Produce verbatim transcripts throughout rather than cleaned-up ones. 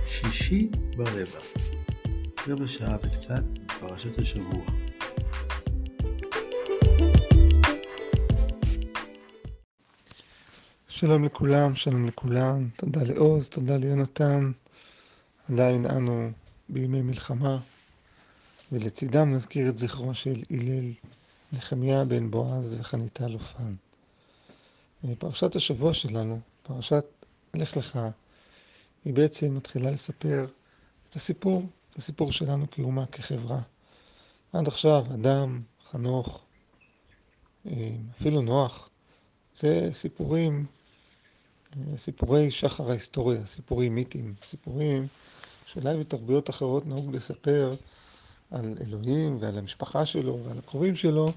שישי ברבע, רבע שעה וקצת פרשת השבוע. שלום לכולם, שלום לכולם, תודה לעוז, תודה ליונתן. עדיין אנו בימי מלחמה, ולצידם נזכיר את זכרו של הלל, נחמיה בן בועז וחניתה לופן. פרשת השבוע שלנו, פרשת לך לך, היא בעצם מתחילה לספר את הסיפור, את הסיפור שלנו כאומה, כחברה. עד עכשיו, אדם, חנוך, אפילו נוח, זה סיפורים, סיפורי שחר ההיסטוריה, סיפורים מיתיים, סיפורים שאולי בתרבויות אחרות נהוג לספר על אלוהים ועל המשפחה שלו ועל הקרובים שלו,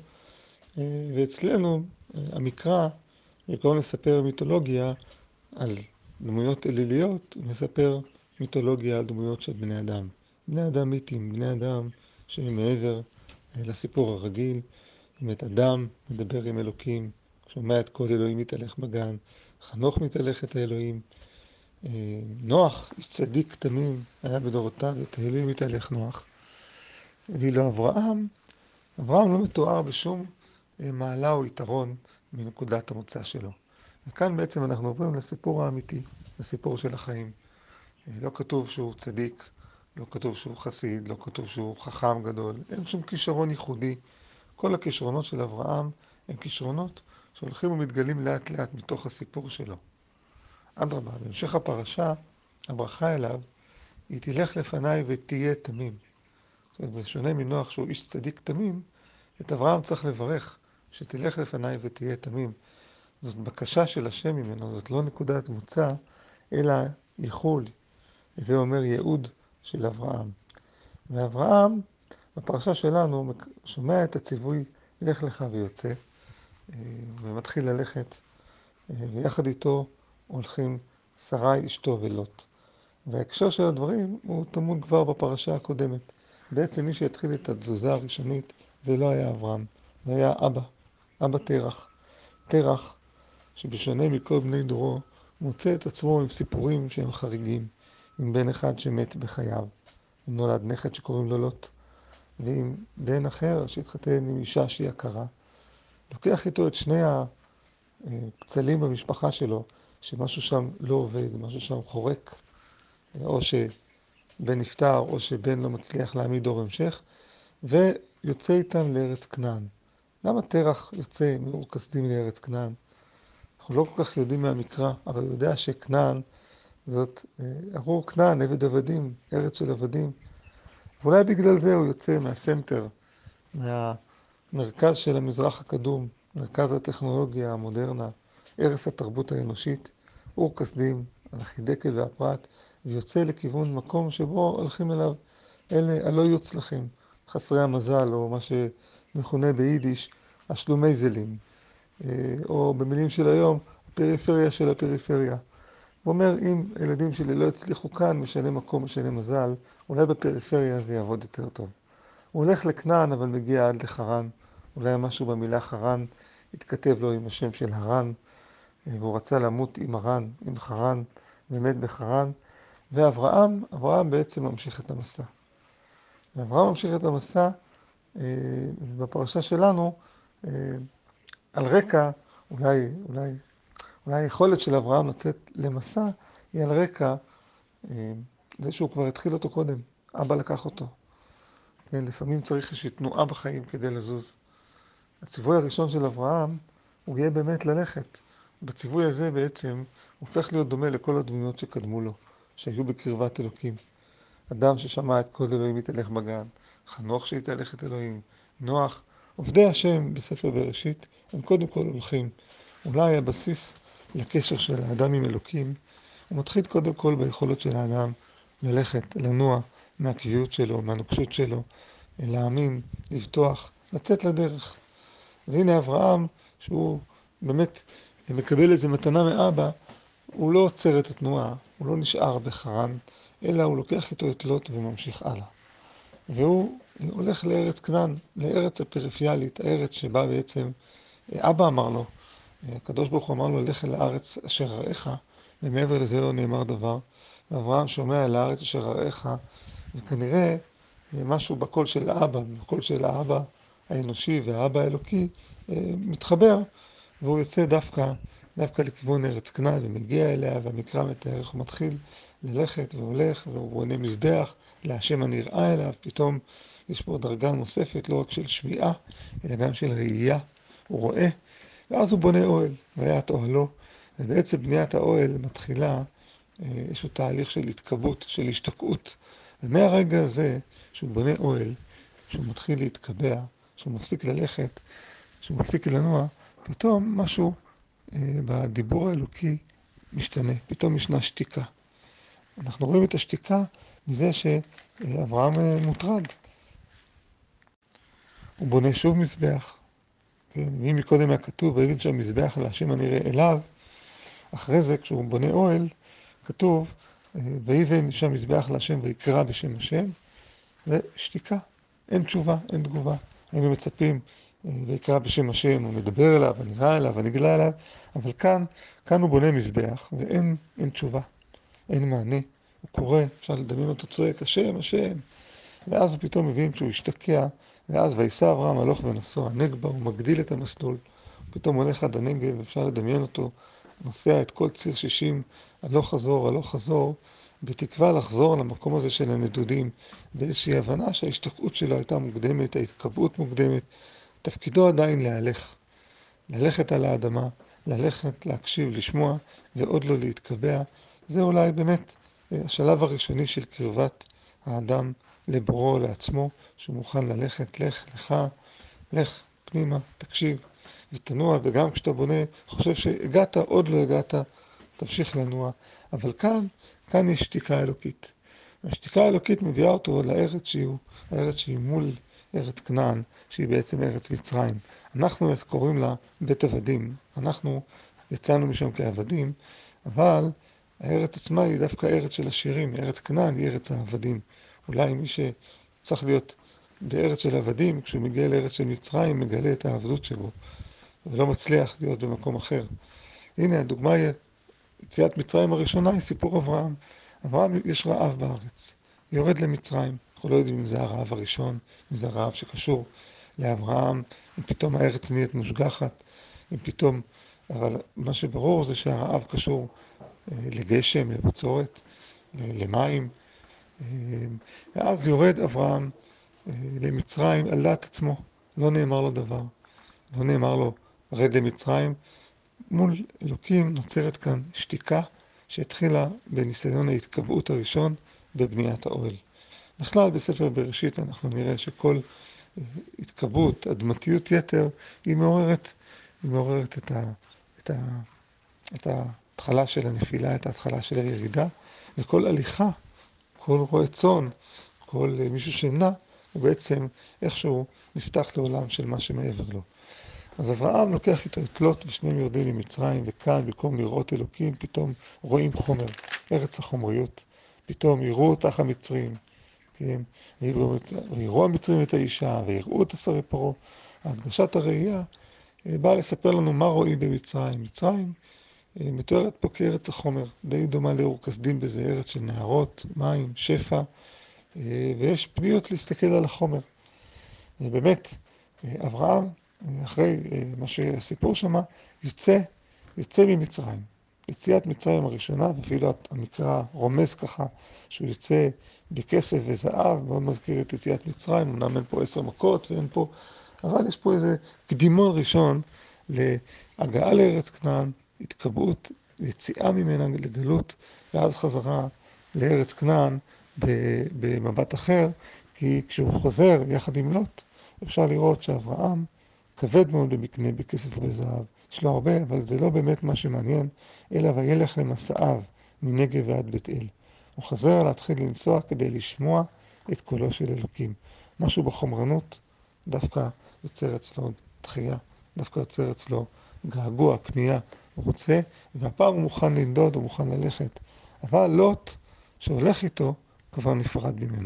ואצלנו המקרא, במקום לספר מיתולוגיה על דמויות אליליות, הוא מספר מיתולוגיה על דמויות של בני אדם. בני אדם מיתיים, בני אדם שהם מעבר לסיפור הרגיל. באמת אדם מדבר עם אלוקים, שומע את כל אלוהים מתהלך בגן, חנוך מתהלך את האלוהים, נוח, איש צדיק תמים, היה בדורותיו, את האלוהים מתהלך נוח. ואילו אברהם, אברהם לא מתואר בשום מעלה או יתרון מנקודת המוצא שלו. וכאן בעצם אנחנו עוברים לסיפור האמיתי, לסיפור של החיים. לא כתוב שהוא צדיק, לא כתוב שהוא חסיד, לא כתוב שהוא חכם גדול, אין שום כישרון ייחודי. כל הכישרונות של אברהם הם כישרונות שהולכים ומתגלים לאט לאט מתוך הסיפור שלו. אדרבה, בהמשך הפרשה, הברכה אליו, היא תלך לפניי ותהיה תמים. זאת אומרת, בשונה מנוח שהוא איש צדיק תמים, את אברהם צריך לברך שתלך לפניי ותהיה תמים. זאת בקשה של השם ממנו, זאת לא נקודת מוצא, אלא ייחול, הווה אומר ייעוד של אברהם. ואברהם, בפרשה שלנו, שומע את הציווי, לך לך ויוצא, ומתחיל ללכת, ויחד איתו הולכים שרי אשתו ולוט. וההקשר של הדברים הוא טמון כבר בפרשה הקודמת. בעצם מי שהתחיל את התזוזה הראשונית זה לא היה אברהם, זה היה אבא, אבא תרח. תרח שבשונה מכל בני דורו מוצא את עצמו עם סיפורים שהם חריגים, עם בן אחד שמת בחייו, עם נולד נכד שקוראים לו לוט, ועם בן אחר שהתחתן עם אישה שהיא הכרה. לוקח איתו את שני הפצלים במשפחה שלו, שמשהו שם לא עובד, משהו שם חורק, או שבן נפטר או שבן לא מצליח להעמיד דור המשך, ויוצא איתם לארץ כנען. למה תרח יוצא מאור כשדים לארץ כנען? אנחנו לא כל כך יודעים מהמקרא, אבל יודע שכנען זאת ארור כנען, עבד עבדים, ארץ של עבדים. ואולי בגלל זה הוא יוצא מהסנטר, מהמרכז של המזרח הקדום, מרכז הטכנולוגיה המודרנה, ערש התרבות האנושית, אור כשדים, החידקל והפרת, ויוצא לכיוון מקום שבו הולכים אליו אלה הלא יוצלחים, חסרי המזל, או מה שמכונה ביידיש, השלומי זלים, או במילים של היום, הפריפריה של הפריפריה. הוא אומר, אם הילדים שלי לא הצליחו כאן, משנה מקום, משנה מזל, אולי בפריפריה זה יעבוד יותר טוב. הוא הולך לכנען, אבל מגיע עד לחרן. אולי משהו במילה חרן התכתב לו עם השם של הרן, והוא רצה למות עם הרן, עם חרן, ומת בחרן. ואברהם, אברהם בעצם ממשיך את המסע. ואברהם ממשיך את המסע בפרשה שלנו, על רקע, אולי, אולי, אולי היכולת של אברהם לצאת למסע, היא על רקע זה שהוא כבר התחיל אותו קודם. אבא לקח אותו. כן, לפעמים צריך איזושהי תנועה בחיים כדי לזוז. הציווי הראשון של אברהם, הוא יהיה באמת ללכת. בציווי הזה בעצם הופך להיות דומה לכל הדמויות שקדמו לו, שהיו בקרבת אלוקים. אדם ששמע את כל אלוהים מתהלך בגן, חנוך שהתהלך את אלוהים, נוח, עובדי השם בספר בראשית, הם קודם כל הולכים. אולי הבסיס לקשר של האדם עם אלוקים, הוא מתחיל קודם כל ביכולות של האדם ללכת, לנוע מהקביעות שלו, מהנוקשות שלו, להאמין, לבטוח, לצאת לדרך. והנה אברהם, שהוא באמת מקבל איזו מתנה מאבא, הוא לא עוצר את התנועה, הוא לא נשאר בחרן, אלא הוא לוקח איתו את לוט וממשיך הלאה. והוא הולך לארץ כנען, לארץ הפריפיאלית, הארץ שבה בעצם אבא אמר לו, הקדוש ברוך הוא אמר לו, לך אל הארץ אשר אראך, ומעבר לזה לא נאמר דבר. ואברהם שומע אל הארץ אשר אראך, וכנראה משהו בקול של האבא, בקול של האבא האנושי והאבא האלוקי, מתחבר, והוא יוצא דווקא, דווקא לכיוון ארץ כנען, ומגיע אליה, והמקרא מתאר איך הוא מתחיל ללכת והולך, והוא בונה מזבח להשם הנראה אליו. פתאום יש פה דרגה נוספת, לא רק של שמיעה, אלא גם של ראייה. הוא רואה, ואז הוא בונה אוהל, ויית אוהלו, ובעצם בניית האוהל מתחילה, יש לו תהליך של התקבות, של השתקעות. ומהרגע הזה, שהוא בונה אוהל, שהוא מתחיל להתקבע, שהוא מפסיק ללכת, שהוא מפסיק לנוע, פתאום משהו אה, בדיבור האלוקי משתנה, פתאום ישנה שתיקה. אנחנו רואים את השתיקה מזה שאברהם אה, מוטרד. הוא בונה שוב מזבח. כן? ואם מקודם היה כתוב, ויבן שם מזבח להשם הנראה אליו, אחרי זה כשהוא בונה אוהל, כתוב, אה, ויבן שם מזבח להשם ויקרא בשם השם, ושתיקה. אין תשובה, אין תגובה. היינו מצפים, ויקרא בשם השם, הוא מדבר אליו, ונראה אליו, ונגלה אליו, אבל כאן, כאן הוא בונה מזבח, ואין אין תשובה, אין מענה. הוא קורא, אפשר לדמיין אותו צועק, השם, השם. ואז הוא פתאום מבין שהוא השתקע, ואז ויסע אברהם הלוך ונסוע הנגבה, הוא מגדיל את המסלול. הוא פתאום הולך עד הנגב, אפשר לדמיין אותו, נוסע את כל ציר שישים, הלוך חזור, הלוך חזור, בתקווה לחזור למקום הזה של הנדודים, באיזושהי הבנה שההשתקעות שלו הייתה מוקדמת, ההתקבעות מוקדמת, תפקידו עדיין להלך, ללכת על האדמה, ללכת, להקשיב, לשמוע, ועוד לא להתקבע. זה אולי באמת השלב הראשוני של קרבת האדם לבוראו, לעצמו, שהוא מוכן ללכת, לך, לך, לך פנימה, תקשיב ותנוע, וגם כשאתה בונה, חושב שהגעת, עוד לא הגעת, תמשיך לנוע. אבל כאן, כאן יש שתיקה אלוקית. השתיקה האלוקית מביאה אותו לארץ שהיא, הארץ שהיא מול ארץ כנען, שהיא בעצם ארץ מצרים. אנחנו קוראים לה בית עבדים, אנחנו יצאנו משם כעבדים, אבל הארץ עצמה היא דווקא ארץ של השירים, ארץ כנען היא ארץ העבדים. אולי מי שצריך להיות בארץ של עבדים, כשהוא מגיע לארץ של מצרים, מגלה את העבדות שלו, ולא מצליח להיות במקום אחר. הנה, הדוגמה היא, יציאת מצרים הראשונה היא סיפור אברהם. אברהם יש רעב בארץ, יורד למצרים. אנחנו לא יודעים אם זה הרעב הראשון, אם זה הרעב שקשור לאברהם, אם פתאום הארץ נהיית מושגחת, אם פתאום, אבל מה שברור זה שהרעב קשור אה, לגשם, לבצורת, למים. אה, ואז יורד אברהם אה, למצרים על דעת עצמו, לא נאמר לו דבר, לא נאמר לו רד למצרים. מול אלוקים נוצרת כאן שתיקה שהתחילה בניסיון ההתקבעות הראשון בבניית האוהל. בכלל בספר בראשית אנחנו נראה שכל התקבעות, אדמתיות יתר, היא מעוררת, היא מעוררת את, ה, את, ה, את ההתחלה של הנפילה, את ההתחלה של הירידה, וכל הליכה, כל רועה צאן, כל מישהו שנע, הוא בעצם איכשהו נפתח לעולם של מה שמעבר לו. אז אברהם לוקח איתו את לוט ושניהם יורדים למצרים, וכאן במקום לראות אלוקים פתאום רואים חומר, ארץ החומריות. פתאום יראו אותך המצרים, כן? ויראו המצרים את האישה, ויראו את שרי פרעה. הדגשת הראייה באה לספר לנו מה רואים במצרים. מצרים מתוארת פה כארץ החומר, די דומה לאור כסדים בזה, ארץ של נהרות, מים, שפע, ויש פניות להסתכל על החומר. ובאמת, אברהם, אחרי מה שהסיפור שמה, יוצא, יוצא ממצרים. יציאת מצרים הראשונה, ואפילו המקרא רומז ככה, שהוא יוצא בכסף וזהב, מאוד מזכיר את יציאת מצרים, אמנם אין פה עשר מכות ואין פה, אבל יש פה איזה קדימון ראשון להגעה לארץ כנען, התקבעות, יציאה ממנה לגלות, ואז חזרה לארץ כנען במבט אחר, כי כשהוא חוזר יחד עם לוט, אפשר לראות שאברהם כבד מאוד במקנה, בכסף ובזהב. יש לו הרבה, אבל זה לא באמת מה שמעניין, אלא וילך למסעיו מנגב ועד בית אל. הוא חזר להתחיל לנסוע כדי לשמוע את קולו של אלוקים. משהו בחומרנות דווקא יוצר אצלו דחייה, דווקא יוצר אצלו געגוע, כמיהה. הוא רוצה, והפעם הוא מוכן לנדוד, הוא מוכן ללכת. אבל לוט שהולך איתו כבר נפרד ממנו.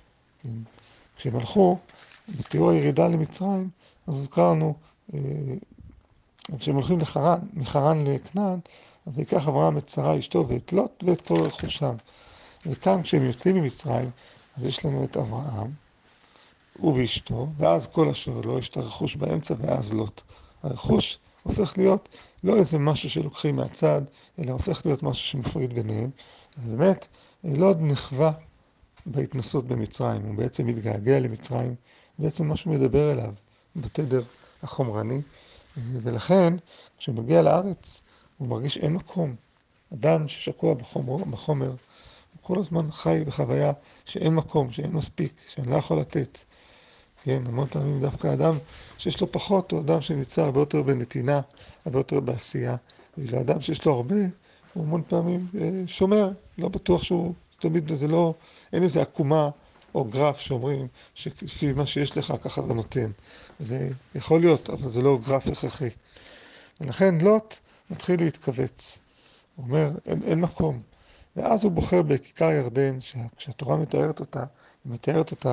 כשהם הלכו, בתיאור הירידה למצרים, אז הזכרנו, כשהם הולכים לחרן, מחרן לכנען, ויקח אברהם את שרה אשתו ואת לוט ואת כל רכושם. וכאן כשהם יוצאים ממצרים, אז יש לנו את אברהם, הוא ואשתו, ואז כל אשר לו, יש את הרכוש באמצע, ואז לוט. הרכוש הופך להיות לא איזה משהו שלוקחים מהצד, אלא הופך להיות משהו שמפריד ביניהם. ובאמת, לוט נחווה בהתנסות במצרים, הוא בעצם מתגעגע למצרים, בעצם משהו מדבר אליו בתדר החומרני, ולכן כשהוא מגיע לארץ הוא מרגיש אין מקום. אדם ששקוע בחומר, בחומר, הוא כל הזמן חי בחוויה שאין מקום, שאין מספיק, שאני לא יכול לתת. כן, המון פעמים דווקא אדם שיש לו פחות, הוא אדם שנמצא הרבה יותר בנתינה, הרבה יותר בעשייה. ולאדם שיש לו הרבה, הוא המון פעמים שומר, לא בטוח שהוא תמיד, זה לא, אין איזה עקומה או גרף שאומרים שכפי מה שיש לך ככה אתה נותן. זה יכול להיות, אבל זה לא גרף הכרחי. ולכן לוט מתחיל להתכווץ. הוא אומר, אין, אין מקום. ואז הוא בוחר בכיכר ירדן, כשהתורה מתארת אותה, היא מתארת אותה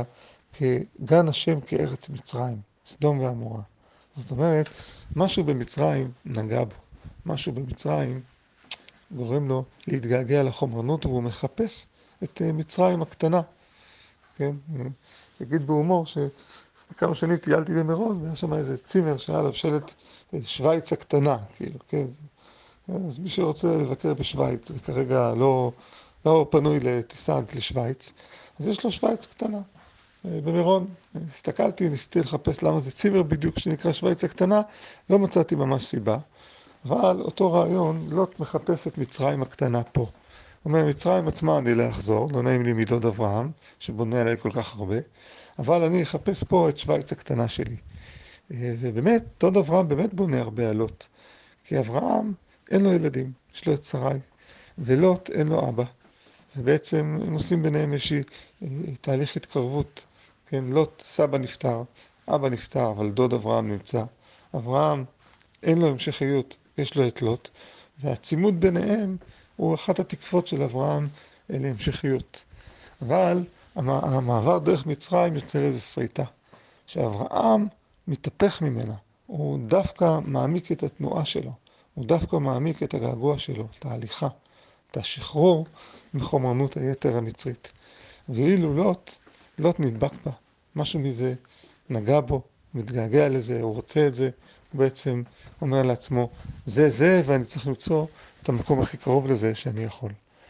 כגן השם כארץ מצרים, סדום ועמורה. זאת אומרת, משהו במצרים נגע בו. משהו במצרים גורם לו להתגעגע לחומרנות, והוא מחפש את מצרים הקטנה. כן? אגיד בהומור שכמה שנים טיילתי במירון, והיה שם איזה צימר שהיה עליו שלט שוויץ הקטנה, כאילו, כן? אז מי שרוצה לבקר בשוויץ, וכרגע לא, לא פנוי לטיסה לשוויץ, אז יש לו שוויץ קטנה. במירון, הסתכלתי, ניסיתי לחפש למה זה צימר בדיוק שנקרא שוויץ הקטנה, לא מצאתי ממש סיבה. אבל אותו רעיון, לוט מחפש את מצרים הקטנה פה. הוא אומר, מצרים עצמה אני לא אחזור, לא נעים לי מדוד אברהם, שבונה עליי כל כך הרבה, אבל אני אחפש פה את שוויץ הקטנה שלי. ובאמת, דוד אברהם באמת בונה הרבה על לוט. כי אברהם אין לו ילדים, יש לו את שרי, ולוט אין לו אבא. ובעצם הם עושים ביניהם איזושהי תהליך התקרבות. כן, לוט, סבא נפטר, אבא נפטר, אבל דוד אברהם נמצא. אברהם אין לו המשכיות, יש לו את לוט, והצימוד ביניהם הוא אחת התקוות של אברהם להמשכיות. אבל המעבר דרך מצרים יוצר איזו שריטה, שאברהם מתהפך ממנה, הוא דווקא מעמיק את התנועה שלו, הוא דווקא מעמיק את הגעגוע שלו, את ההליכה, את השחרור מחומרנות היתר המצרית. ואילו לוט, לוט נדבק בה, משהו מזה נגע בו, מתגעגע לזה, הוא רוצה את זה, הוא בעצם אומר לעצמו, זה זה ואני צריך למצוא את המקום הכי קרוב לזה שאני יכול.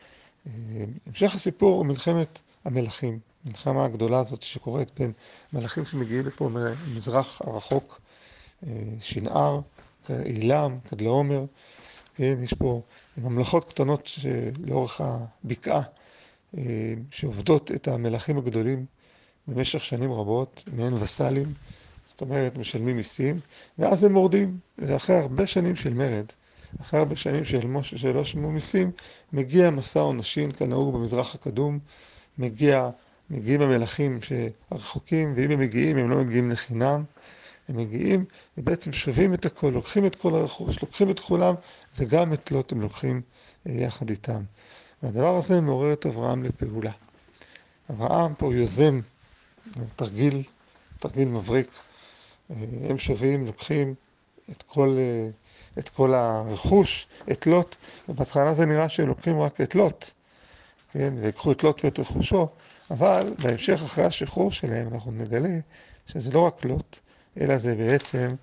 המשך הסיפור הוא מלחמת המלכים, מלחמה הגדולה הזאת שקורית בין מלכים שמגיעים לפה ממזרח הרחוק, שנער, אילם, כדלעומר, כן, יש פה ממלכות קטנות לאורך הבקעה שעובדות את המלכים הגדולים במשך שנים רבות, מהן וסלים, זאת אומרת משלמים מיסים, ואז הם מורדים, ואחרי הרבה שנים של מרד, אחרי הרבה שנים של משה שלא שמו מיסים, מגיע מסע עונשין כנהוג במזרח הקדום, מגיע, מגיעים המלכים שהרחוקים, ואם הם מגיעים הם לא מגיעים לחינם, הם מגיעים ובעצם שווים את הכל, לוקחים את כל הרכוש, לוקחים את כולם, וגם את לוט הם לוקחים יחד איתם. והדבר הזה מעורר את אברהם לפעולה. אברהם פה יוזם תרגיל, תרגיל מבריק. הם שווים, לוקחים את כל, את כל הרכוש, את לוט, ובהתחלה זה נראה שהם לוקחים רק את לוט, כן? ויקחו את לוט ואת רכושו, אבל בהמשך אחרי השחרור שלהם אנחנו נגלה שזה לא רק לוט, אלא זה בעצם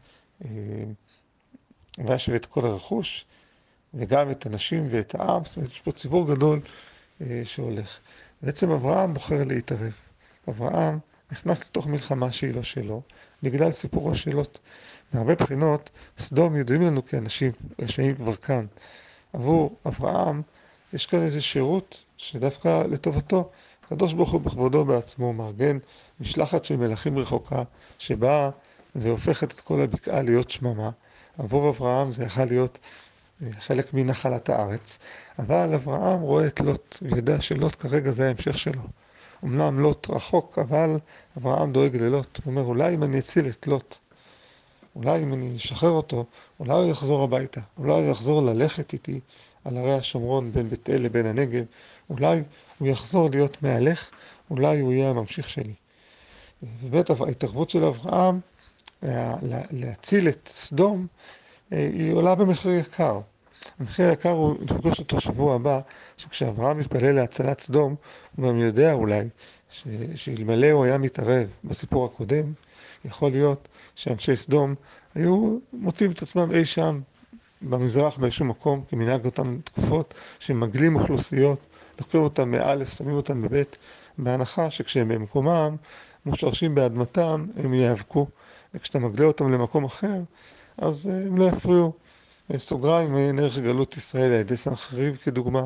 וישב את כל הרכוש, וגם את הנשים ואת העם, זאת אומרת, יש פה ציבור גדול אה, שהולך. בעצם אברהם בוחר להתערב. אברהם נכנס לתוך מלחמה שהיא לא שלו, בגלל סיפורו של לוט. מהרבה בחינות, סדום ידועים לנו כאנשים רשעים כבר כאן. עבור אברהם יש כאן איזה שירות שדווקא לטובתו, הקדוש ברוך הוא בכבודו בעצמו מארגן משלחת של מלכים רחוקה, שבאה והופכת את כל הבקעה להיות שממה. עבור אברהם זה יכול להיות חלק מנחלת הארץ, אבל אברהם רואה את לוט, ויודע שלוט כרגע זה ההמשך שלו. אמנם לוט רחוק, אבל אברהם דואג ללוט. הוא אומר, אולי אם אני אציל את לוט, אולי אם אני אשחרר אותו, אולי הוא יחזור הביתה, אולי הוא יחזור ללכת איתי על הרי השומרון בין בית אל לבין הנגב, אולי הוא יחזור להיות מהלך, אולי הוא יהיה הממשיך שלי. ובאמת ההתערבות של אברהם להציל את סדום, היא עולה במחיר יקר. המחיר היקר הוא נפגוש אותו שבוע הבא, שכשאברהם מתפלל להצלת סדום, הוא גם יודע אולי ש... שאלמלא הוא היה מתערב בסיפור הקודם, יכול להיות שאנשי סדום היו מוצאים את עצמם אי שם במזרח באיזשהו מקום, כמנהג אותם תקופות, שמגלים אוכלוסיות, לוקחים אותם מאלף, שמים אותם בבית, בהנחה שכשהם במקומם, מושרשים באדמתם, הם יאבקו, וכשאתה מגלה אותם למקום אחר, אז הם לא יפריעו. סוגריים, נערך גלות ישראל, הידי סנחריב כדוגמה.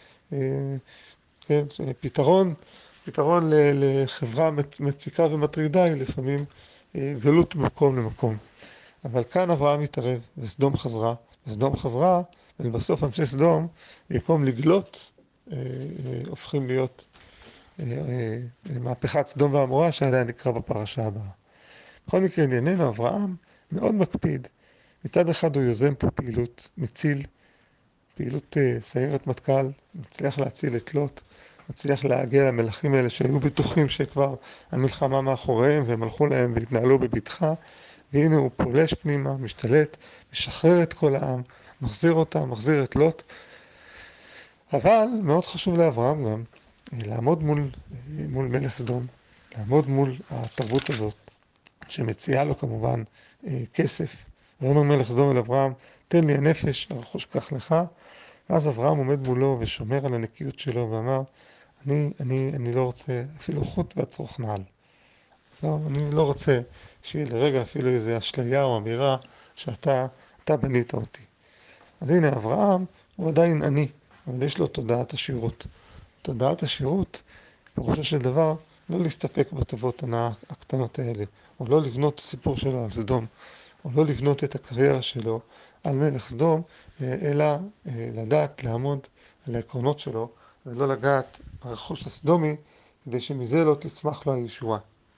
כן, פתרון, פתרון לחברה מציקה ומטרידה היא לפעמים גלות ממקום למקום. אבל כאן אברהם מתערב, וסדום חזרה, וסדום חזרה, ובסוף אנשי סדום, במקום לגלות, הופכים להיות מהפכת סדום ועמורה, שעליה נקרא בפרשה הבאה. בכל מקרה, ענייננו, אברהם מאוד מקפיד. מצד אחד הוא יוזם פה פעילות מציל, פעילות uh, סיירת מטכ"ל, מצליח להציל את לוט, מצליח להגיע למלכים האלה שהיו בטוחים שכבר המלחמה מאחוריהם, והם הלכו להם והתנהלו בבטחה, והנה הוא פולש פנימה, משתלט, משחרר את כל העם, מחזיר אותם, מחזיר את לוט. אבל מאוד חשוב לאברהם גם לעמוד מול, מול מלך סדום, לעמוד מול התרבות הזאת, שמציעה לו כמובן כסף. ואומר מלך סדום אל אברהם, תן לי הנפש, הרכוש קח לך. אז אברהם עומד מולו ושומר על הנקיות שלו ואמר, אני, אני, אני לא רוצה אפילו חוט והצרוך נעל. לא, אני לא רוצה שיהיה לרגע אפילו איזו אשליה או אמירה שאתה אתה בנית אותי. אז הנה אברהם הוא עדיין אני, אבל יש לו תודעת השירות. תודעת השירות, פירושו של דבר, לא להסתפק בטובות הנאה הקטנות האלה, או לא לבנות את הסיפור שלו על סדום, או לא לבנות את הקריירה שלו על מלך סדום, אלא לדעת לעמוד על העקרונות שלו, ולא לגעת ברכוש הסדומי, כדי שמזה לא תצמח לו הישועה.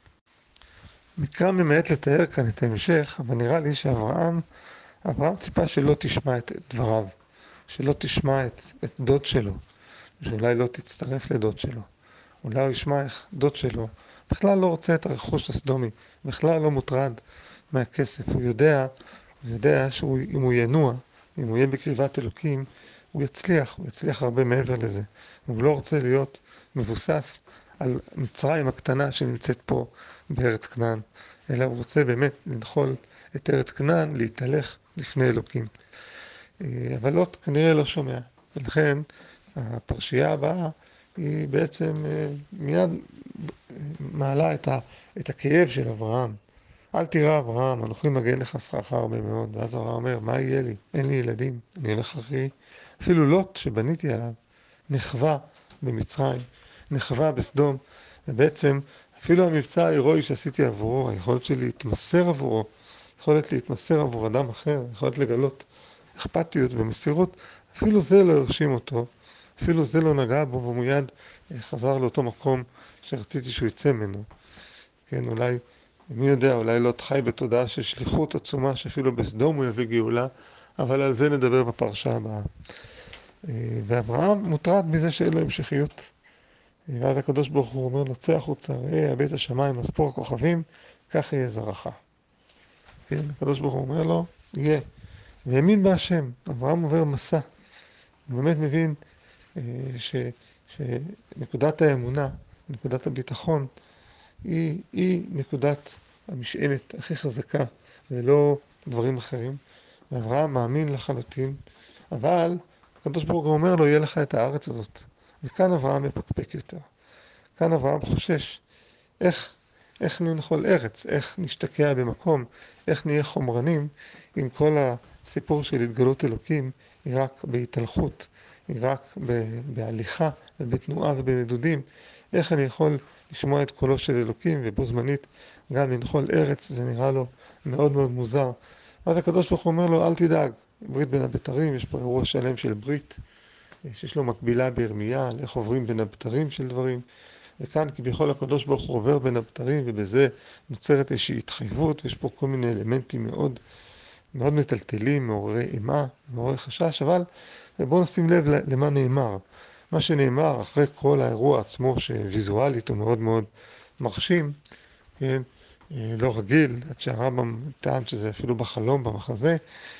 מקרא ממעט לתאר כאן את ההמשך, אבל נראה לי שאברהם, אברהם ציפה שלא תשמע את דבריו, שלא תשמע את, את דוד שלו, שאולי לא תצטרף לדוד שלו. אולי הוא ישמע איך דוד שלו בכלל לא רוצה את הרכוש הסדומי, בכלל לא מוטרד מהכסף. הוא יודע, הוא יודע שאם הוא ינוע, אם הוא יהיה בקריבת אלוקים, הוא יצליח, הוא יצליח הרבה מעבר לזה. הוא לא רוצה להיות מבוסס על מצרים הקטנה שנמצאת פה בארץ כנען, אלא הוא רוצה באמת לנחול את ארץ כנען, להתהלך לפני אלוקים. אבל לוט כנראה לא שומע, ולכן הפרשייה הבאה היא בעצם מיד מעלה את, ה, את הכאב של אברהם. אל תירא אברהם, אנוכי מגן לך שכרך הרבה מאוד. ואז אברהם אומר, מה יהיה לי? אין לי ילדים, אני אלך אחרי. אפילו לוט שבניתי עליו, נחווה במצרים, נחווה בסדום, ובעצם אפילו המבצע ההירואי שעשיתי עבורו, היכולת שלי להתמסר עבורו, יכולת להתמסר עבור אדם אחר, יכולת לגלות אכפתיות ומסירות, אפילו זה לא הרשים אותו, אפילו זה לא נגע בו, והוא מיד חזר לאותו מקום שרציתי שהוא יצא ממנו. כן, אולי, מי יודע, אולי לא חי בתודעה של שליחות עצומה, שאפילו בסדום הוא יביא גאולה, אבל על זה נדבר בפרשה הבאה. ואברהם מוטרד מזה שאין לו המשכיות. ואז הקדוש ברוך הוא אומר לו, צא החוצה, ראה הבית השמיים, מספור הכוכבים, כך יהיה זרעך. כן, הקדוש ברוך הוא אומר לו, יהיה. והאמין בהשם, אברהם עובר מסע. הוא באמת מבין ש, שנקודת האמונה, נקודת הביטחון, היא, היא נקודת המשענת הכי חזקה, ולא דברים אחרים. ואברהם מאמין לחלוטין, אבל הקדוש ברוך הוא אומר לו, יהיה לך את הארץ הזאת. וכאן אברהם מפקפק יותר. כאן אברהם חושש, איך, איך ננחול ארץ, איך נשתקע במקום, איך נהיה חומרנים, אם כל הסיפור של התגלות אלוקים היא רק בהתהלכות, היא רק בהליכה ובתנועה ובנדודים. איך אני יכול לשמוע את קולו של אלוקים ובו זמנית גם לנחול ארץ, זה נראה לו מאוד מאוד מוזר. אז הקדוש ברוך הוא אומר לו, אל תדאג, ברית בין הבתרים, יש פה אירוע שלם של ברית, שיש לו מקבילה בירמיה, איך עוברים בין הבתרים של דברים, וכאן כביכול הקדוש ברוך הוא עובר בין הבתרים, ובזה נוצרת איזושהי התחייבות, ויש פה כל מיני אלמנטים מאוד, מאוד מטלטלים, מעוררי אימה, מעוררי חשש, אבל בואו נשים לב למה נאמר. מה שנאמר אחרי כל האירוע עצמו, שוויזואלית הוא מאוד מאוד מרשים, כן, לא רגיל, עד שהרמב"ם טען שזה אפילו בחלום, במחזה,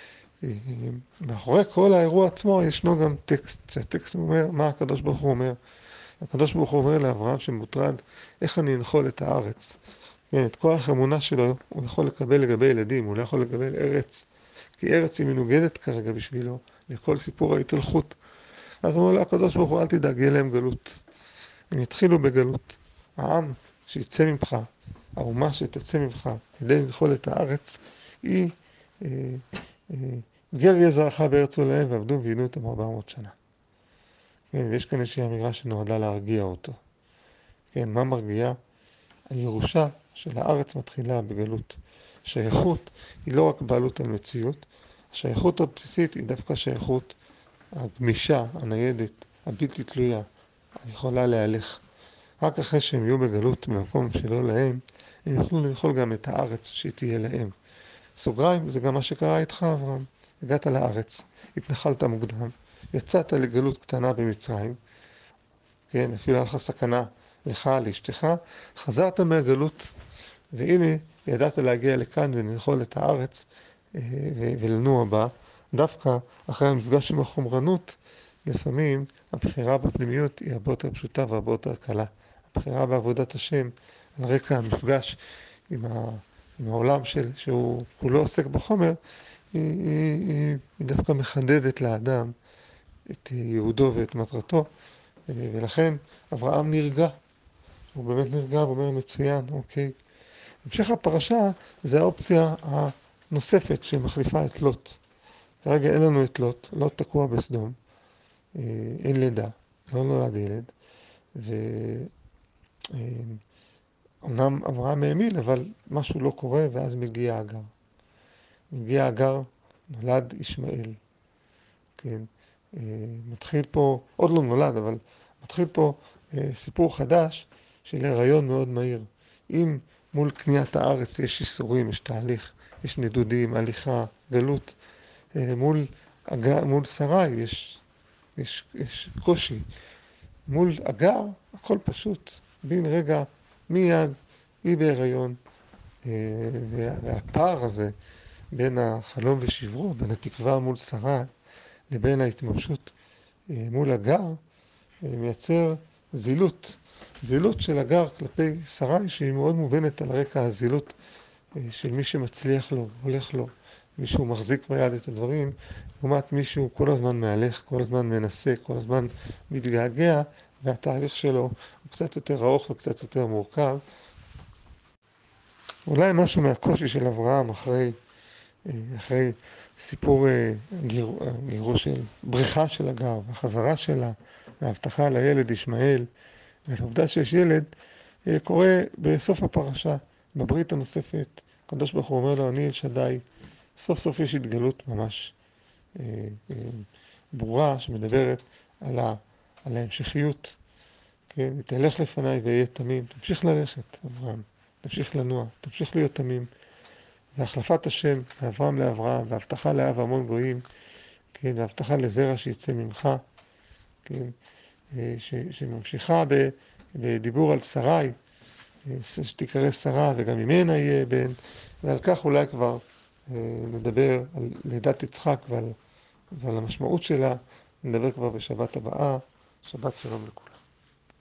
מאחורי כל האירוע עצמו ישנו גם טקסט, שהטקסט אומר מה הקדוש ברוך הוא אומר. הקדוש ברוך הוא אומר לאברהם שמוטרד, איך אני אנחול את הארץ. כן, את כל האמונה שלו הוא יכול לקבל לגבי ילדים, הוא לא יכול לקבל ארץ, כי ארץ היא מנוגדת כרגע בשבילו, לכל סיפור ההתהלכות. אז הוא אומר לו, הקדוש ברוך הוא, אל תדאג, יהיה להם גלות. הם יתחילו בגלות. העם שיצא ממך, האומה שתצא ממך, כדי לנחול את הארץ, היא אה, אה, גר יהיה זרעך בארץ עולהם, ועבדו ועינו אותם ארבע מאות שנה. כן, ויש כאן איזושהי אמירה שנועדה להרגיע אותו. כן, מה מרגיע? הירושה של הארץ מתחילה בגלות. שייכות היא לא רק בעלות על מציאות, השייכות הבסיסית היא דווקא שייכות הגמישה, הניידת, הבלתי תלויה, יכולה להלך. רק אחרי שהם יהיו בגלות במקום שלא להם, הם יוכלו לאכול גם את הארץ שהיא תהיה להם. סוגריים, זה גם מה שקרה איתך, אברהם. הגעת לארץ, התנחלת מוקדם, יצאת לגלות קטנה במצרים, כן, אפילו היה לך סכנה לך, לאשתך, חזרת מהגלות, והנה ידעת להגיע לכאן ולאכול את הארץ ולנוע בה. דווקא אחרי המפגש עם החומרנות, לפעמים הבחירה בפנימיות היא הרבה יותר פשוטה והרבה יותר קלה. הבחירה בעבודת השם על רקע המפגש עם, ה, עם העולם של, שהוא כולו עוסק בחומר, היא, היא, היא, היא דווקא מחדדת לאדם את יהודו ואת מטרתו, ולכן אברהם נרגע. הוא באמת נרגע ואומר מצוין, אוקיי. המשך הפרשה זה האופציה הנוספת שמחליפה את לוט. כרגע אין לנו את לוט, לוט תקוע בסדום, אין לידה, לא נולד ילד, ואומנם אברהם האמין, אבל משהו לא קורה, ואז מגיע אגר. מגיע אגר, נולד ישמעאל. כן, מתחיל פה, עוד לא נולד, אבל מתחיל פה סיפור חדש של הריון מאוד מהיר. אם מול קניית הארץ יש איסורים, יש תהליך, יש נדודים, הליכה, גלות, מול, מול שרי יש, יש, יש קושי. מול אגר, הכל פשוט. בין רגע, מיד, היא בהיריון. והפער הזה בין החלום ושברו, בין התקווה מול שרי, לבין ההתממשות מול אגר, מייצר זילות. זילות של אגר כלפי שרי, שהיא מאוד מובנת על רקע הזילות של מי שמצליח לו, הולך לו, מישהו מחזיק ביד את הדברים, לעומת מישהו כל הזמן מהלך, כל הזמן מנסה, כל הזמן מתגעגע, והתהליך שלו הוא קצת יותר ארוך וקצת יותר מורכב. אולי משהו מהקושי של אברהם אחרי, אחרי סיפור גירוש של בריחה של אגר, והחזרה שלה, וההבטחה לילד ישמעאל, והעובדה שיש ילד, קורה בסוף הפרשה, בברית הנוספת, הקדוש ברוך הוא אומר לו, אני אל שדי, סוף סוף יש התגלות ממש אה, אה, ברורה, שמדברת על, ה, על ההמשכיות, כן? תלך לפניי ויהיה תמים, תמשיך ללכת, אברהם, תמשיך לנוע, תמשיך להיות תמים, והחלפת השם, מאברהם לאברהם, והבטחה לאב המון גויים, כן? והבטחה לזרע שיצא ממך, כן? ש, שממשיכה ב, בדיבור על שרי, שתיקרא שרה וגם ממנה יהיה בן, ועל כך אולי כבר נדבר על לידת יצחק ועל, ועל המשמעות שלה, נדבר כבר בשבת הבאה, שבת שלום לכולם.